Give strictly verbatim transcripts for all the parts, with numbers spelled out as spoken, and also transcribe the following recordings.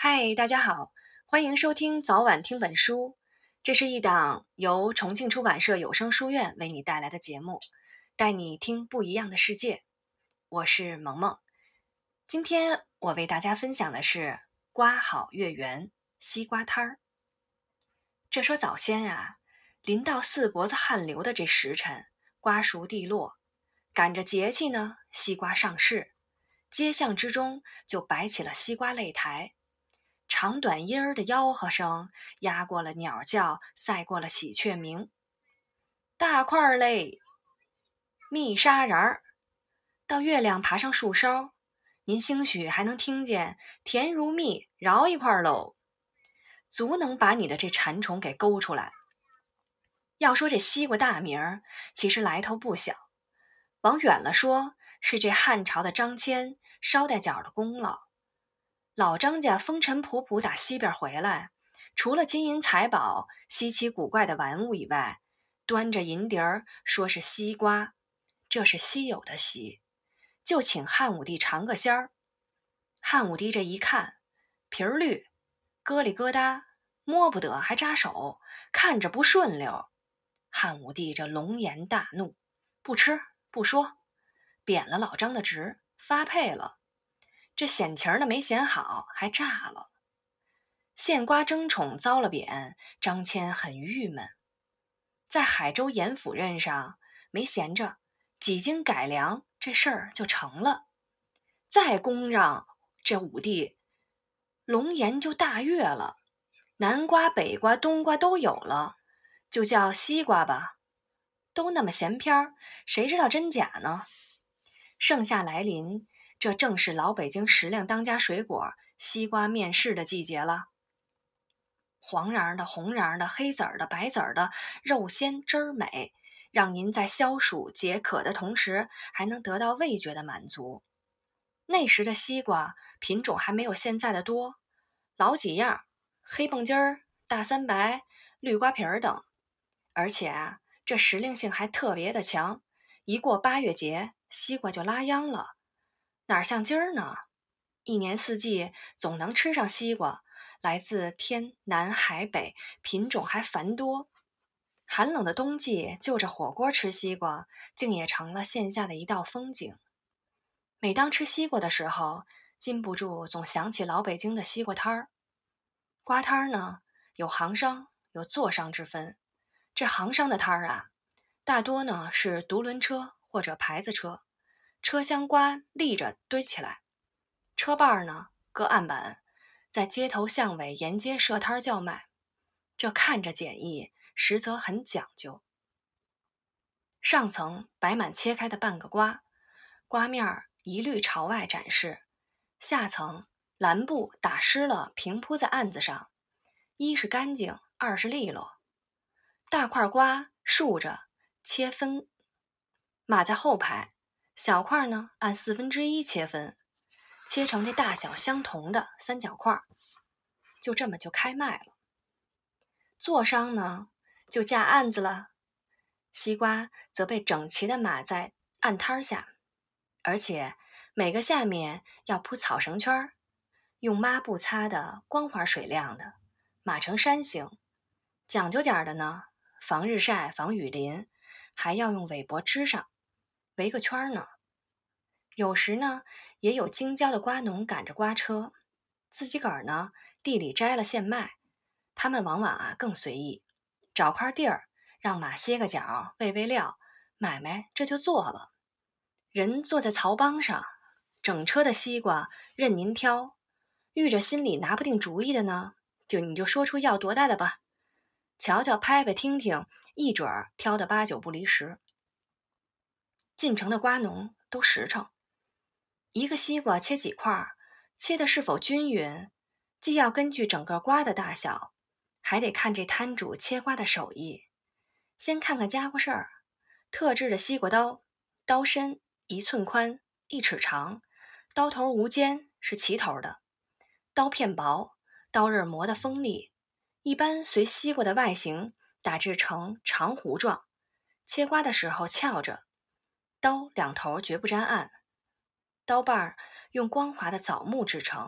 嗨，大家好，欢迎收听早晚听本书。这是一档由重庆出版社有声书院为你带来的节目，带你听不一样的世界。我是萌萌。今天我为大家分享的是瓜好月圆，西瓜摊儿。这说早先啊，临到四脖子汗流的这时辰，瓜熟蒂落，赶着节气呢，西瓜上市，街巷之中就摆起了西瓜擂台。长短音儿的吆喝声压过了鸟叫，赛过了喜鹊鸣。大块儿嘞，蜜沙瓤儿，到月亮爬上树梢，您兴许还能听见甜如蜜，饶一块儿喽，足能把你的这馋虫给勾出来。要说这西瓜大名儿，其实来头不小，往远了说，是这汉朝的张骞捎带脚的功劳。老张家风尘仆仆打西边回来，除了金银财宝、稀奇古怪的玩物以外，端着银碟儿说是西瓜，这是稀有的稀，就请汉武帝尝个鲜儿。汉武帝这一看，皮儿绿，疙里疙瘩，摸不得还扎手，看着不顺溜。汉武帝这龙颜大怒，不吃不说，贬了老张的职，发配了。这显情的没显好，还炸了。献瓜争宠遭了贬，张骞很郁闷。在海州盐府任上没闲着，几经改良，这事儿就成了。再供让这武帝，龙颜就大悦了，南瓜北瓜东瓜都有了，就叫西瓜吧。都那么闲篇儿，谁知道真假呢？盛夏来临，这正是老北京食量当家水果西瓜面世的季节了。黄瓤的、红瓤的、黑籽儿的、白籽儿的，肉鲜汁儿美，让您在消暑解渴的同时，还能得到味觉的满足。那时的西瓜品种还没有现在的多，老几样，黑蹦筋儿、大三白、绿瓜皮儿等。而且啊，这时令性还特别的强，一过八月节，西瓜就拉秧了。哪像今儿呢？一年四季总能吃上西瓜，来自天南海北，品种还繁多。寒冷的冬季，就着火锅吃西瓜，竟也成了线下的一道风景。每当吃西瓜的时候，禁不住总想起老北京的西瓜摊儿。瓜摊儿呢，有行商，有座商之分。这行商的摊儿啊，大多呢是独轮车或者牌子车，车厢瓜立着堆起来，车把呢搁案板，在街头巷尾沿街设摊叫卖。这看着简易，实则很讲究。上层摆满切开的半个瓜，瓜面儿一律朝外展示，下层蓝布打湿了平铺在案子上，一是干净，二是利落。大块瓜竖着切分，码在后排，小块呢按四分之一切分，切成这大小相同的三角块，就这么就开卖了。座商呢就架案子了，西瓜则被整齐地码在案摊下，而且每个下面要铺草绳圈，用抹布擦的光滑水亮的，码成山形。讲究点的呢，防日晒、防雨淋，还要用尾脖支上，围个圈呢。有时呢，也有京郊的瓜农赶着瓜车，自己个儿呢地里摘了现卖。他们往往啊更随意，找块地儿，让马歇个脚，喂喂料，买卖这就做了。人坐在槽帮上，整车的西瓜任您挑。遇着心里拿不定主意的呢，就你就说出要多大的吧，瞧瞧拍拍听听，一准儿挑的八九不离十。进城的瓜农都实诚，一个西瓜切几块，切的是否均匀，既要根据整个瓜的大小，还得看这摊主切瓜的手艺。先看看家伙事儿，特制的西瓜刀，刀身一寸宽，一尺长，刀头无尖，是齐头的，刀片薄，刀刃磨得锋利，一般随西瓜的外形打制成长弧状，切瓜的时候翘着，刀两头绝不沾岸。刀把用光滑的枣木制成，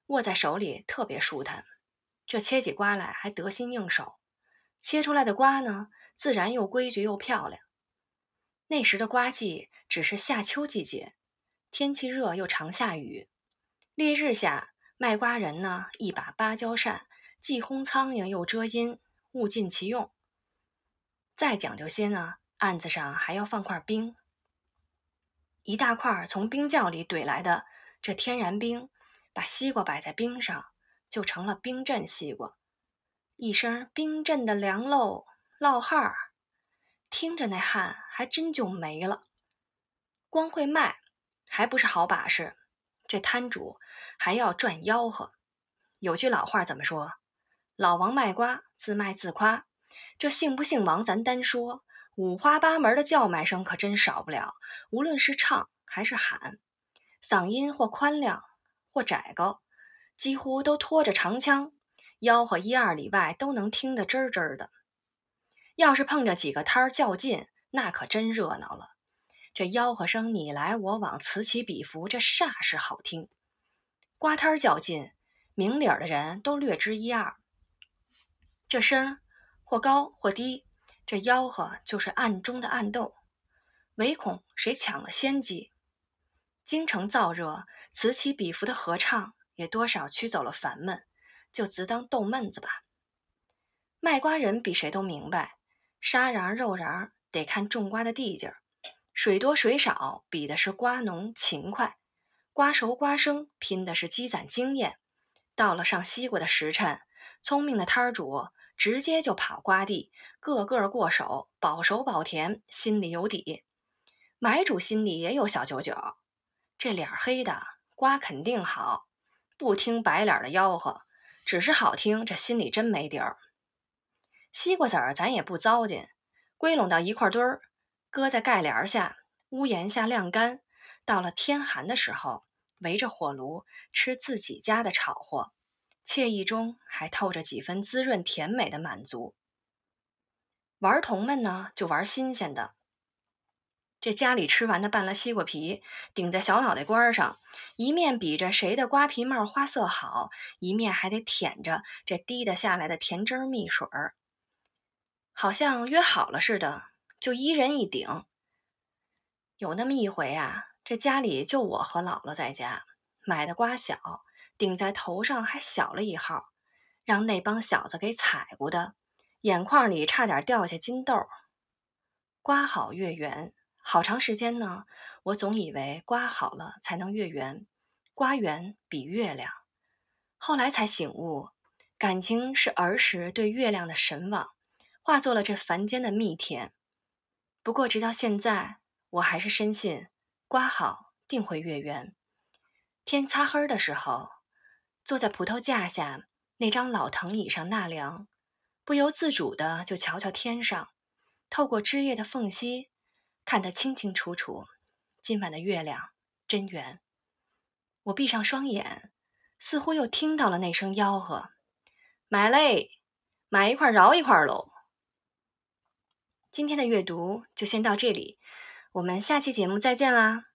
握在手里特别舒坦。这切起瓜来还得心应手，切出来的瓜呢，自然又规矩又漂亮。那时的瓜季只是夏秋季节，天气热又常下雨，烈日下，卖瓜人呢一把芭蕉扇，既轰苍蝇又遮阴，物尽其用。再讲究些呢，案子上还要放块冰，一大块从冰窖里怼来的这天然冰，把西瓜摆在冰上，就成了冰镇西瓜。一声冰镇的凉喽，落汗儿，听着那汗还真就没了。光会卖还不是好把式，这摊主还要赚吆喝。有句老话怎么说？老王卖瓜，自卖自夸。这姓不姓王咱单说，五花八门的叫卖声可真少不了。无论是唱还是喊，嗓音或宽亮或窄高，几乎都拖着长腔，吆喝一二里外都能听得真真的。要是碰着几个摊儿较劲，那可真热闹了。这吆喝声你来我往，此起彼伏，这煞是好听。瓜摊儿较劲，明理儿的人都略知一二。这声或高或低，这吆喝就是暗中的暗斗，唯恐谁抢了先机。京城燥热，此起彼伏的合唱也多少驱走了烦闷，就自当逗闷子吧。卖瓜人比谁都明白，沙瓤肉瓤得看种瓜的地界儿，水多水少比的是瓜农勤快，瓜熟瓜生拼的是积攒经验。到了上西瓜的时辰，聪明的摊主直接就跑瓜地，个个过手，保熟保甜，心里有底。买主心里也有小九九，这脸黑的瓜肯定好，不听白脸的吆喝，只是好听，这心里真没底儿。西瓜籽儿咱也不糟践，归拢到一块堆儿，搁在盖帘下、屋檐下晾干。到了天寒的时候，围着火炉吃自己家的炒货，惬意中还透着几分滋润甜美的满足。玩童们呢，就玩新鲜的。这家里吃完的拌了西瓜皮，顶在小脑袋瓜上，一面比着谁的瓜皮帽花色好，一面还得舔着这滴得下来的甜汁蜜水儿。好像约好了似的，就一人一顶。有那么一回啊，这家里就我和姥姥在家，买的瓜小，顶在头上还小了一号，让那帮小子给踩过的，眼眶里差点掉下金豆。瓜好月圆，好长时间呢，我总以为瓜好了才能月圆，瓜圆比月亮。后来才醒悟，感情是儿时对月亮的神往，化作了这凡间的蜜甜。不过直到现在，我还是深信瓜好定会月圆。天擦黑的时候，坐在葡萄架下那张老藤椅上纳凉，不由自主的就瞧瞧天上，透过枝叶的缝隙，看得清清楚楚，今晚的月亮真圆。我闭上双眼，似乎又听到了那声吆喝：买嘞，买一块饶一块喽。今天的阅读就先到这里，我们下期节目再见啦。